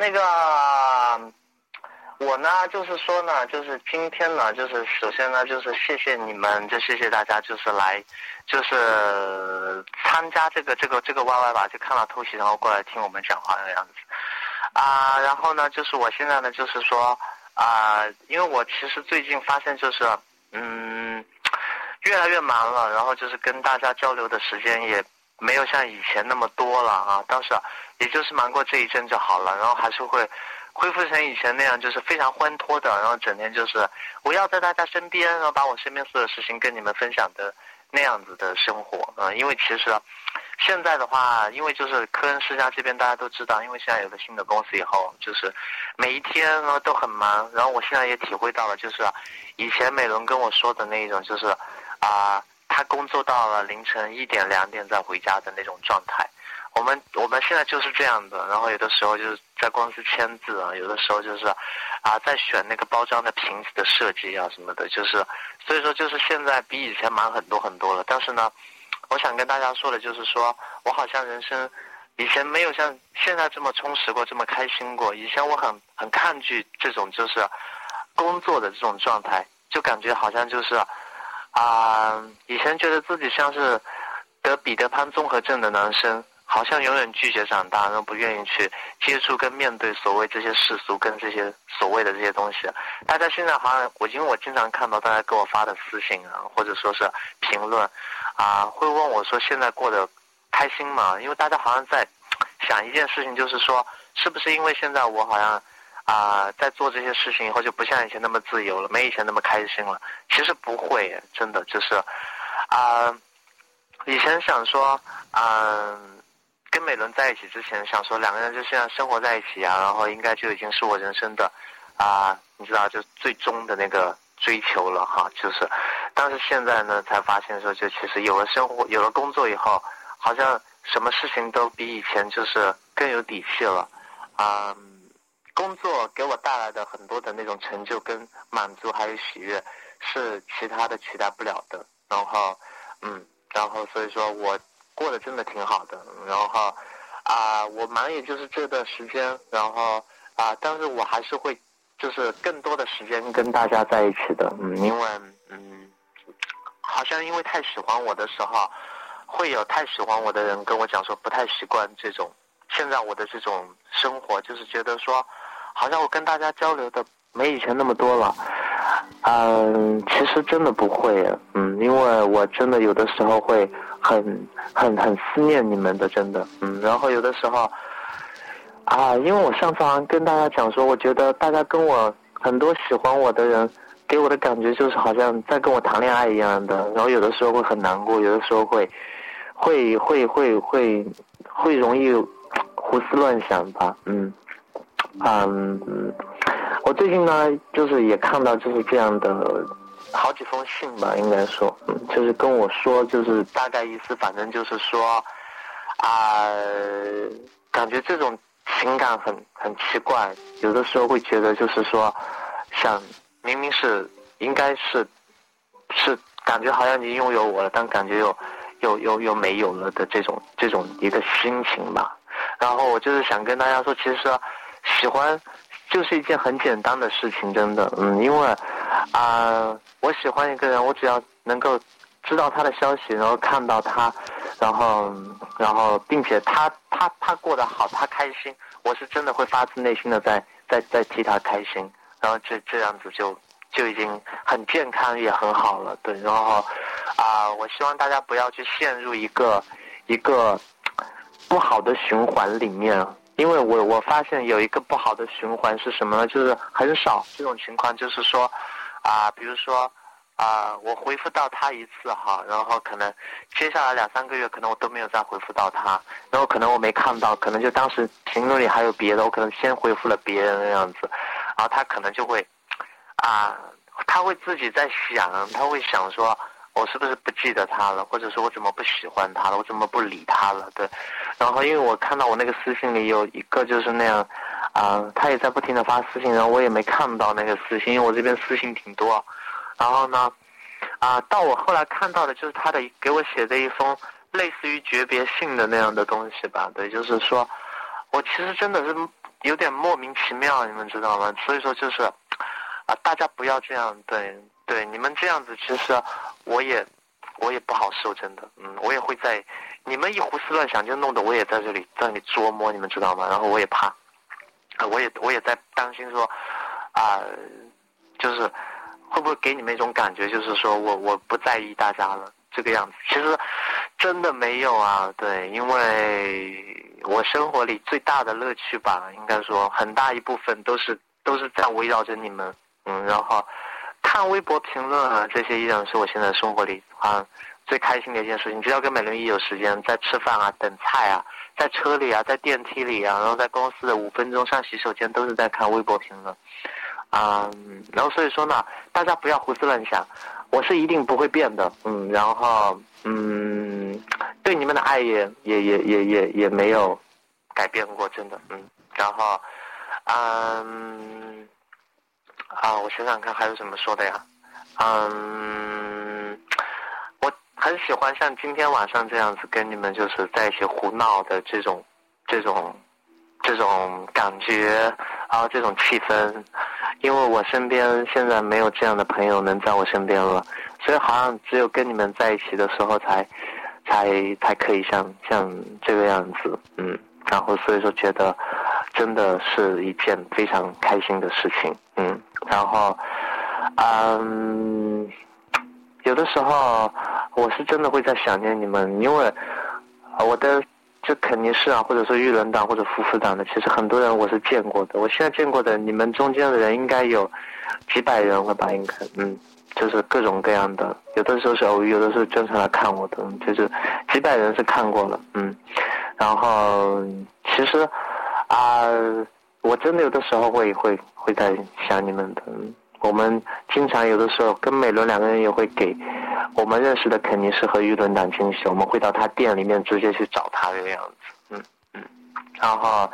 那个我呢，就是说呢，就是今天呢，就是首先呢，就是谢谢你们，就谢谢大家，就是来，就是参加这个 YY 吧，就看了偷袭，然后过来听我们讲话那个样子然后呢，就是我现在呢，就是说因为我其实最近发现就是越来越忙了，然后就是跟大家交流的时间也没有像以前那么多了啊，但是也就是忙过这一阵就好了，然后还是会恢复成以前那样，就是非常欢脱的，然后整天就是围绕在大家身边，然后把我身边所有事情跟你们分享的那样子的生活因为其实现在的话，因为就是科恩世家这边大家都知道，因为现在有了新的公司以后，就是每一天都很忙，然后我现在也体会到了，就是以前美伦跟我说的那一种，就是他工作到了凌晨1点2点再回家的那种状态。我们现在就是这样的，然后有的时候就是在公司签字有的时候就是在选那个包装的瓶子的设计什么的，就是所以说就是现在比以前忙很多很多了。但是呢，我想跟大家说的就是说，我好像人生以前没有像现在这么充实过，这么开心过。以前我很抗拒这种就是工作的这种状态，就感觉好像就是以前觉得自己像是得彼得潘综合症的男生，好像永远拒绝长大，然后不愿意去接触跟面对所谓这些世俗跟这些所谓的这些东西。大家现在好像因为我经常看到大家给我发的私信或者说是评论会问我说现在过得开心吗？因为大家好像在想一件事情，就是说是不是因为现在我好像在做这些事情以后就不像以前那么自由了，没以前那么开心了。其实不会，真的就是以前想说跟美伦在一起之前想说两个人就这样生活在一起然后应该就已经是我人生的你知道就最终的那个追求了就是但是现在呢才发现说就其实有了生活有了工作以后，好像什么事情都比以前就是更有底气了工作给我带来的很多的那种成就跟满足还有喜悦是其他的取代不了的，然后所以说我过得真的挺好的，然后我忙也就是这段时间，然后但是我还是会就是更多的时间跟大家在一起的因为好像因为太喜欢我的时候，会有太喜欢我的人跟我讲说不太习惯这种现在我的这种生活，就是觉得说好像我跟大家交流的没以前那么多了其实真的不会因为我真的有的时候会很思念你们的，真的然后有的时候因为我上次好像跟大家讲说，我觉得大家跟我很多喜欢我的人给我的感觉就是好像在跟我谈恋爱一样的，然后有的时候会很难过，有的时候会容易胡思乱想吧我最近呢就是也看到就是这样的好几封信吧，应该说就是跟我说就是大概意思反正就是说感觉这种情感很奇怪，有的时候会觉得就是说想明明是应该是感觉好像你拥有我了，但感觉又没有了的这种一个心情吧。然后我就是想跟大家说，其实喜欢就是一件很简单的事情，真的因为我喜欢一个人，我只要能够知道他的消息，然后看到他，然后并且他过得好，他开心，我是真的会发自内心的在替他开心，然后这样子就已经很健康也很好了，对。然后我希望大家不要去陷入一个不好的循环里面，因为我发现有一个不好的循环是什么呢？就是很少这种情况，就是说比如说我回复到他一次然后可能接下来2-3个月可能我都没有再回复到他，然后可能我没看到，可能就当时评论里还有别的，我可能先回复了别人那样子，然后他可能就会他会自己在想，他会想说我是不是不记得他了，或者说我怎么不喜欢他了，我怎么不理他了，对。然后因为我看到我那个私信里有一个就是那样他也在不停的发私信，然后我也没看到那个私信，因为我这边私信挺多。然后呢到我后来看到的就是他的给我写的一封类似于诀别信的那样的东西吧，对，就是说我其实真的是有点莫名其妙，你们知道吗？所以说就是大家不要这样，对，你们这样子，其实我也不好受，真的，我也会在你们一胡思乱想，就弄得我也在这里琢磨，你们知道吗？然后我也怕，我也在担心说就是会不会给你们一种感觉，就是说我不在意大家了这个样子。其实真的没有啊，对，因为我生活里最大的乐趣吧，应该说很大一部分都是在围绕着你们，然后看微博评论啊，这些依然是我现在生活里最开心的一件事情。只要跟美伦一有时间，在吃饭啊、等菜啊、在车里啊、在电梯里啊，然后在公司的5分钟上洗手间，都是在看微博评论。然后所以说呢，大家不要胡思乱想，我是一定不会变的，然后对你们的爱也没有改变过，真的，然后我想想看还有什么说的呀，我很喜欢像今天晚上这样子跟你们就是在一起胡闹的这种感觉，然后这种气氛，因为我身边现在没有这样的朋友能在我身边了，所以好像只有跟你们在一起的时候才可以像这个样子，然后所以说觉得真的是一件非常开心的事情，然后有的时候我是真的会在想念你们，因为我的这肯尼氏啊，或者说玉轮党或者夫妇党的，其实很多人我是见过的。我现在见过的你们中间的人应该有几百人了吧？应该，就是各种各样的，有的时候是偶遇，有的时候经常来看我的，就是几百人是看过了，然后其实我真的有的时候会在想你们的。我们经常有的时候跟美伦2个人也会给我们认识的肯尼斯和玉伦党惊喜，我们会到他店里面直接去找他这个样子，然后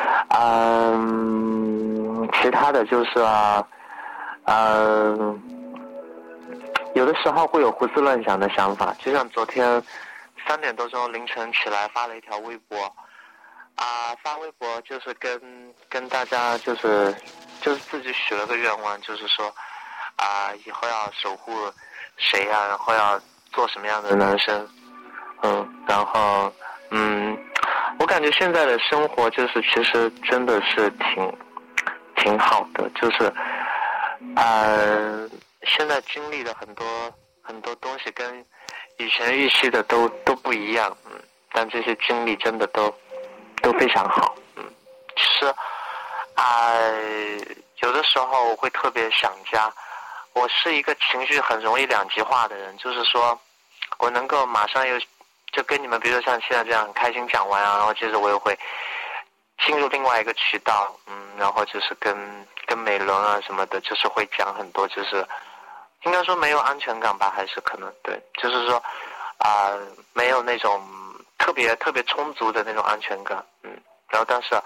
其他的就是有的时候会有胡思乱想的想法，就像昨天3点多钟凌晨起来发了一条微博，发微博就是跟大家就是自己许了个愿望，就是说以后要守护谁呀，然后要做什么样的男生，然后我感觉现在的生活就是其实真的是挺好的，就是现在经历的很多东西跟以前预期的都不一样，但这些经历真的都非常好，其实有的时候我会特别想家。我是一个情绪很容易2极化的人，就是说我能够马上就跟你们，比如说像现在这样很开心讲完然后接着我又会进入另外一个渠道，然后就是跟美伦啊什么的，就是会讲很多，就是应该说没有安全感吧，还是可能对，就是说没有那种特别充足的那种安全感，然后但是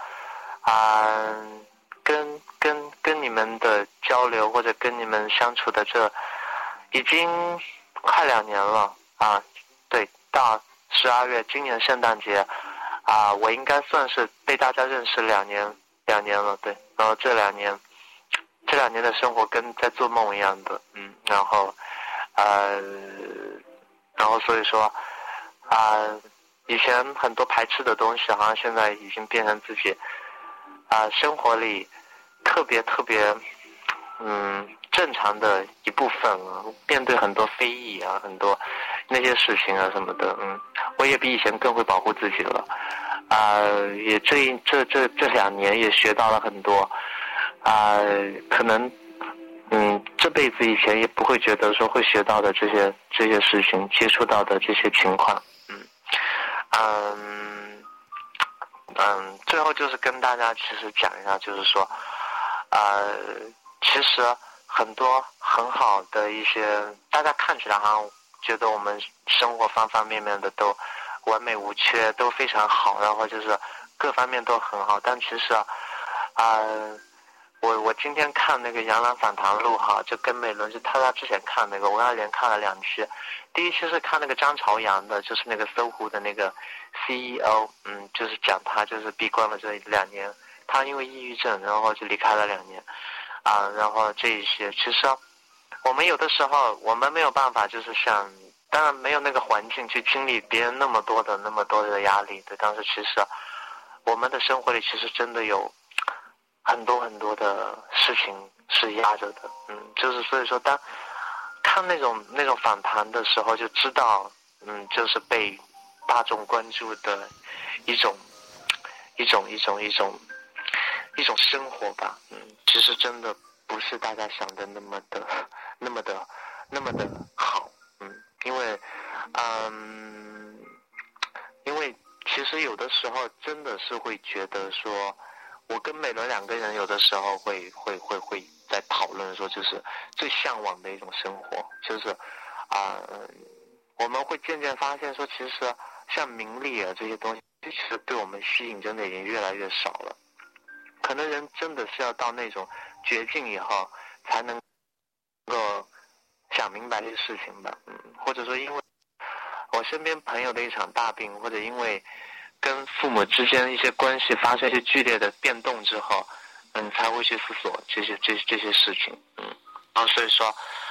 跟你们的交流或者跟你们相处的这已经快2年了对，到12月今年圣诞节我应该算是被大家认识2年了，对，然后这2年的生活跟在做梦一样的，然后所以说以前很多排斥的东西好像现在已经变成自己生活里特别正常的一部分了。面对很多非议很多那些事情什么的，我也比以前更会保护自己了。也这2年也学到了很多可能这辈子以前也不会觉得说会学到的这些事情，接触到的这些情况，最后就是跟大家其实讲一下，就是说其实很多很好的一些，大家看起来好像觉得我们生活方方面面的都完美无缺，都非常好，然后就是各方面都很好，但其实我今天看那个《杨澜访谈录》就跟美伦，就他之前看那个，我跟他连看了2期。第一期是看那个张朝阳的，就是那个搜狐的那个 CEO，就是讲他就是闭关了这2年， 他因为抑郁症，然后就离开了2年，然后这一些，其实我们有的时候我们没有办法，就是像，当然没有那个环境去经历别人那么多的压力，对，但是其实我们的生活里其实真的有很多的事情是压着的，就是所以说当看那种访谈的时候就知道，就是被大众关注的一种生活吧，其实真的不是大家想的那么的好，因为其实有的时候真的是会觉得说，我跟美伦2个人有的时候会在讨论说，就是最向往的一种生活，就是我们会渐渐发现说，其实像名利啊这些东西，其实对我们吸引真的已经越来越少了。可能人真的是要到那种绝境以后，才能够想明白这些事情吧。或者说因为我身边朋友的一场大病，或者因为跟父母之间一些关系发生一些剧烈的变动之后，才会去思索这些事情。然后所以说，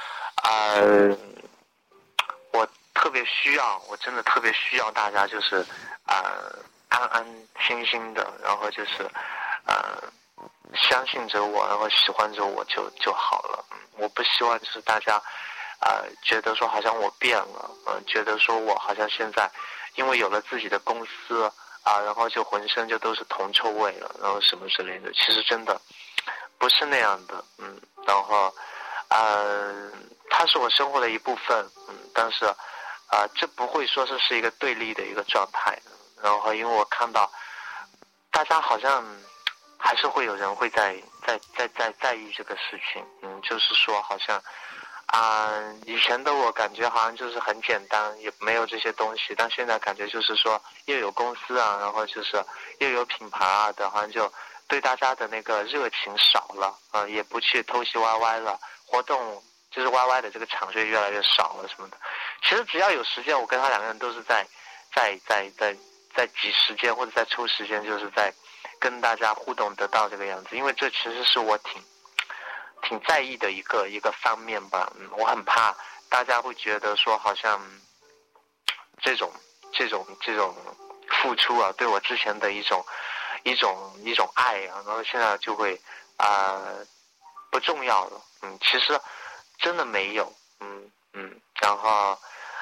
我真的特别需要大家就是安安心心的，然后就是相信着我，然后喜欢着我就好了。我不希望就是大家觉得说好像我变了，觉得说我好像现在因为有了自己的公司然后就浑身就都是铜臭味了，然后什么之类的。其实真的不是那样的，然后它是我生活的一部分，但是这不会说是一个对立的一个状态。然后因为我看到大家好像还是会有人会在意这个事情，就是说好像以前的我感觉好像就是很简单，也没有这些东西，但现在感觉就是说又有公司然后就是又有品牌的，好像就对大家的那个热情少了，也不去偷袭 YY 了，活动就是 YY 的这个场所也越来越少了什么的。其实只要有时间，我跟他2个人都是在挤时间或者在抽时间，就是在跟大家互动得到这个样子。因为这其实是我挺在意的一个方面吧。我很怕大家会觉得说好像这种付出对我之前的一种爱然后现在就会不重要了。其实真的没有。然后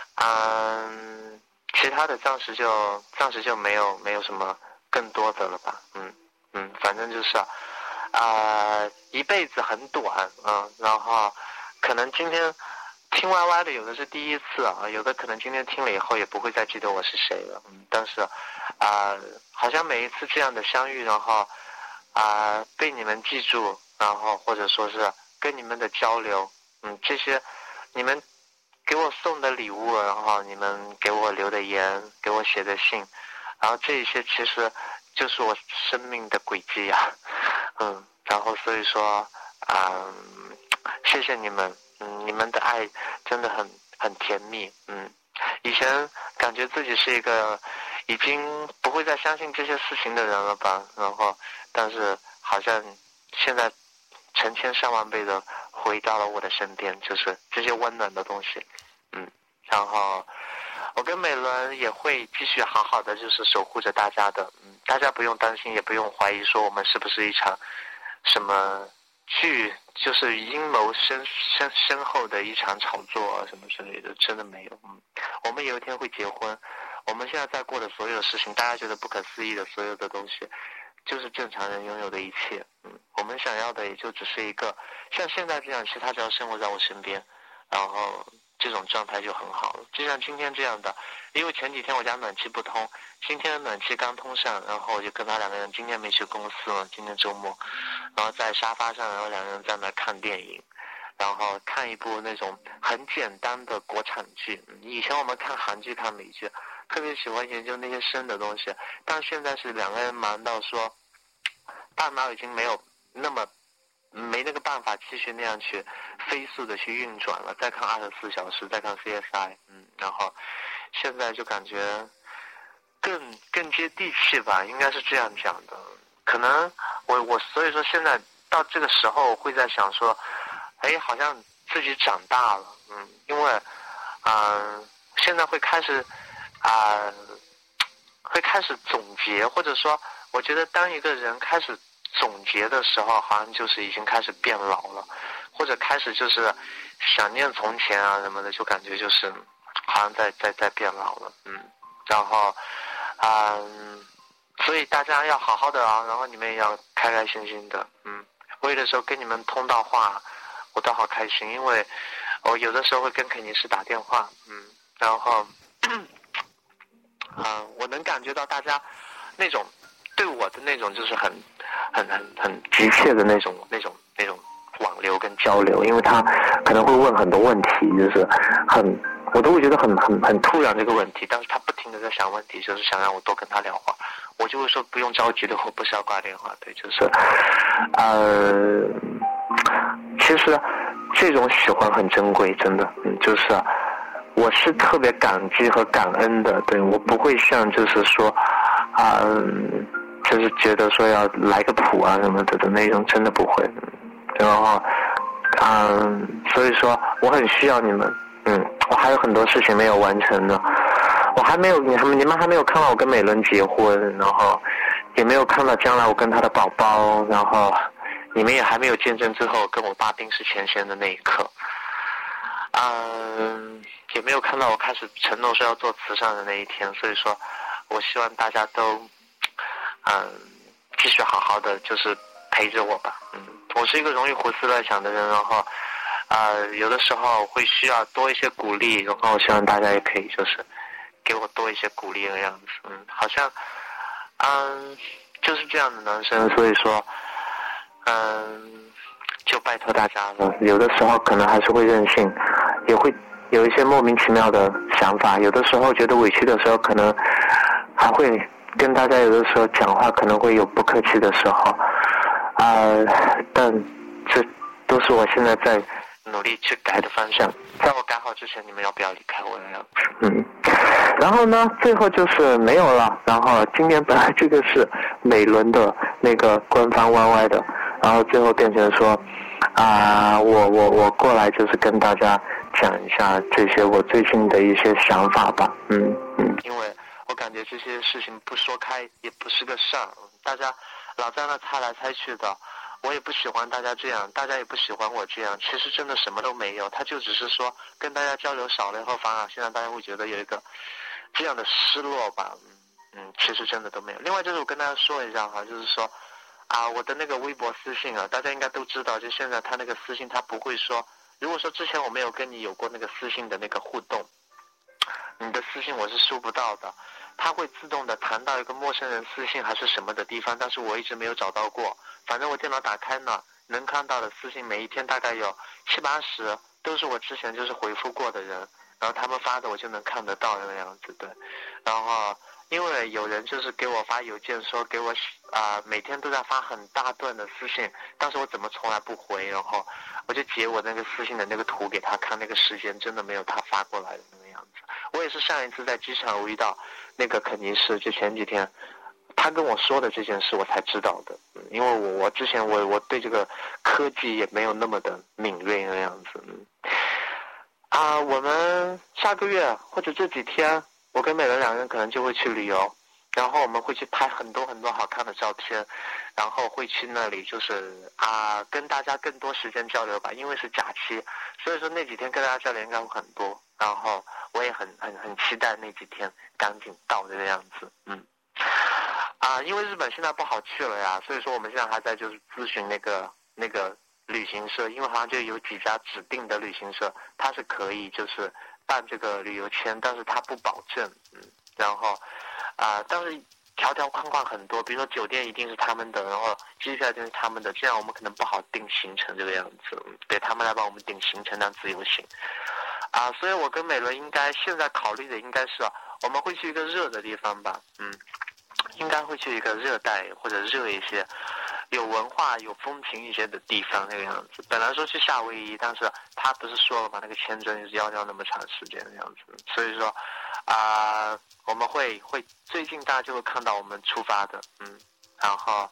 其他的暂时就没有什么更多的了吧。反正就是一辈子很短然后可能今天听 YY 的有的是第一次有的可能今天听了以后也不会再记得我是谁了。但是好像每一次这样的相遇，然后被你们记住，然后或者说是跟你们的交流，这些你们给我送的礼物，然后你们给我留的言，给我写的信，然后这一些其实就是我生命的轨迹然后所以说谢谢你们，你们的爱真的很甜蜜。以前感觉自己是一个已经不会再相信这些事情的人了吧，然后但是好像现在成千上万倍的回到了我的身边，就是这些温暖的东西。然后我跟美伦也会继续好好的就是守护着大家的。大家不用担心，也不用怀疑说我们是不是一场什么剧，就是阴谋深厚的一场炒作什么之类的，真的没有。我们有一天会结婚，我们现在在过的所有的事情，大家觉得不可思议的所有的东西，就是正常人拥有的一切。我们想要的也就只是一个像现在这样，其实他只要生活在我身边，然后这种状态就很好了。就像今天这样的，因为前几天我家暖气不通，今天的暖气刚通上，然后我就跟他2个人今天没去公司了，今天周末，然后在沙发上，然后2个人在那看电影，然后看一部那种很简单的国产剧。以前我们看韩剧看美剧特别喜欢研究那些深的东西，但现在是2个人忙到说大脑已经没那个办法继续那样去飞速的去运转了，再看24小时，再看 CSI。然后现在就感觉更接地气吧，应该是这样讲的。 可能我所以说现在到这个时候会在想说，好像自己长大了，因为现在会开始总结，或者说我觉得当一个人开始总结的时候，好像就是已经开始变老了，或者开始就是想念从前啊什么的，就感觉就是好像在变老了，然后所以大家要好好的啊，然后你们也要开开心心的，我有的时候跟你们通道话，我都好开心，因为我有的时候会跟肯尼斯打电话，然后我能感觉到大家那种对我的那种就是很急切的那种网流跟交流，因为他可能会问很多问题，就是我都会觉得很突然这个问题，但是他不停的在想问题，就是想让我多跟他聊话，我就会说不用着急的，我不是要挂电话，对，就是其实这种喜欢很珍贵，真的，就是我是特别感激和感恩的，对，我不会像就是说就是觉得说要来个谱啊什么的那种，真的不会，然后所以说我很需要你们，我还有很多事情没有完成呢，我还没有你们还没有看到我跟美伦结婚，然后也没有看到将来我跟他的宝宝，然后你们也还没有见证之后跟我爸冰释前嫌的那一刻，也没有看到我开始承诺说要做慈善的那一天，所以说我希望大家都继续好好的就是陪着我吧，我是一个容易胡思乱想的人，然后有的时候会需要多一些鼓励，然后我希望大家也可以就是给我多一些鼓励的样子，好像就是这样的男生，所以说就拜托大家了，有的时候可能还是会任性，也会有一些莫名其妙的想法，有的时候觉得委屈的时候，可能还会跟大家有的时候讲话可能会有不客气的时候，但这都是我现在在努力去改的方向，在我改好之前，你们要不要离开我的样子？然后呢，最后就是没有了。然后今年本来这个是美伦的那个官方 YY 的，然后最后变成说，我过来就是跟大家讲一下这些我最近的一些想法吧。因为我感觉这些事情不说开也不是个事儿，大家老在那猜来猜去的。我也不喜欢大家这样，大家也不喜欢我这样，其实真的什么都没有，他就只是说跟大家交流少了以后，反而现在大家会觉得有一个这样的失落吧，其实真的都没有。另外就是我跟大家说一下哈，就是说我的那个微博私信大家应该都知道，就现在他那个私信他不会说，如果说之前我没有跟你有过那个私信的那个互动，你的私信我是收不到的，它会自动的弹到一个陌生人私信还是什么的地方，但是我一直没有找到过。反正我电脑打开呢，能看到的私信每一天大概有70-80，都是我之前就是回复过的人，然后他们发的我就能看得到那个样子，对。然后因为有人就是给我发邮件说给我每天都在发很大段的私信，但是我怎么从来不回，然后我就截我那个私信的那个图给他看，那个时间真的没有他发过来的那个样子。我也是上一次在机场遇到那个肯尼斯，就前几天他跟我说的这件事我才知道的，因为我之前我对这个科技也没有那么的敏锐那样子。我们下个月或者这几天，我跟美伦两个人可能就会去旅游，然后我们会去拍很多很多好看的照片，然后会去那里就是跟大家更多时间交流吧，因为是假期，所以说那几天跟大家交流应该会很多，然后我也很期待那几天赶紧到这个样子。因为日本现在不好去了呀，所以说我们现在还在就是咨询那个旅行社，因为好像就有几家指定的旅行社，它是可以就是办这个旅游签，但是它不保证，然后但是条条框框很多，比如说酒店一定是他们的，然后机票一定是他们的，这样我们可能不好定行程这个样子，对他们来帮我们定行程，让自由行。所以我跟美伦应该现在考虑的应该是我们会去一个热的地方吧，应该会去一个热带或者热一些有文化有风情一些的地方那个样子。本来说去夏威夷，但是他不是说了嘛，那个签证就是要那么长时间的样子，所以说我们会最近大家就会看到我们出发的，然后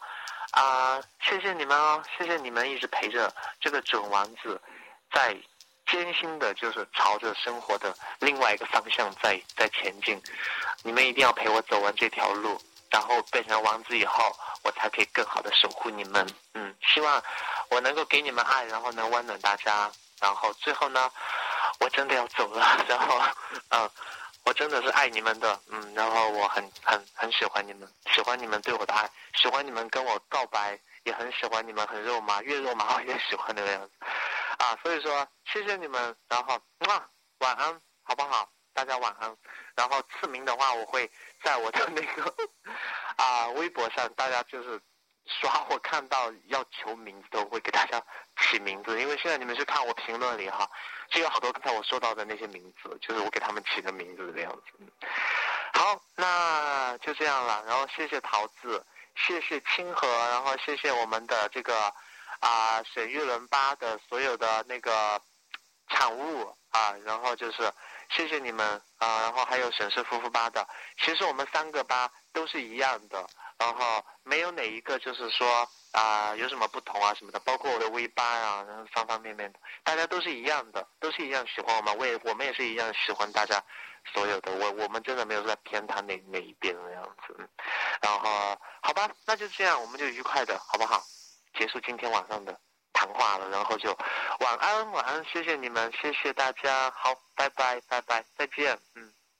谢谢你们哦，谢谢你们一直陪着这个准王子，在艰辛的，就是朝着生活的另外一个方向在前进。你们一定要陪我走完这条路，然后变成王子以后，我才可以更好的守护你们。希望我能够给你们爱，然后能温暖大家。然后最后呢，我真的要走了，然后我真的是爱你们的，然后我很喜欢你们，喜欢你们对我的爱，喜欢你们跟我告白，也很喜欢你们很肉麻，越肉麻我越喜欢那个样子所以说谢谢你们，然后晚安，好不好？大家晚安。然后次名的话，我会在我的那个微博上，大家就是刷或看到要求名字都会给大家起名字，因为现在你们去看我评论里哈，就有好多刚才我说到的那些名字，就是我给他们起的名字的样子。好，那就这样了。然后谢谢桃子，谢谢清河，然后谢谢我们的这个沈玉伦吧的所有的那个产物然后就是谢谢你们然后还有沈氏夫妇吧的，其实我们3个吧都是一样的，然后没有哪一个就是说有什么不同什么的，包括我的微吧然后方方面面的，大家都是一样的，都是一样喜欢我们，我们也是一样喜欢大家所有的，我们真的没有在偏袒哪一边的样子。然后好吧，那就这样，我们就愉快的好不好结束今天晚上的谈话了，然后就晚安，谢谢你们，谢谢大家，好，拜拜，再见。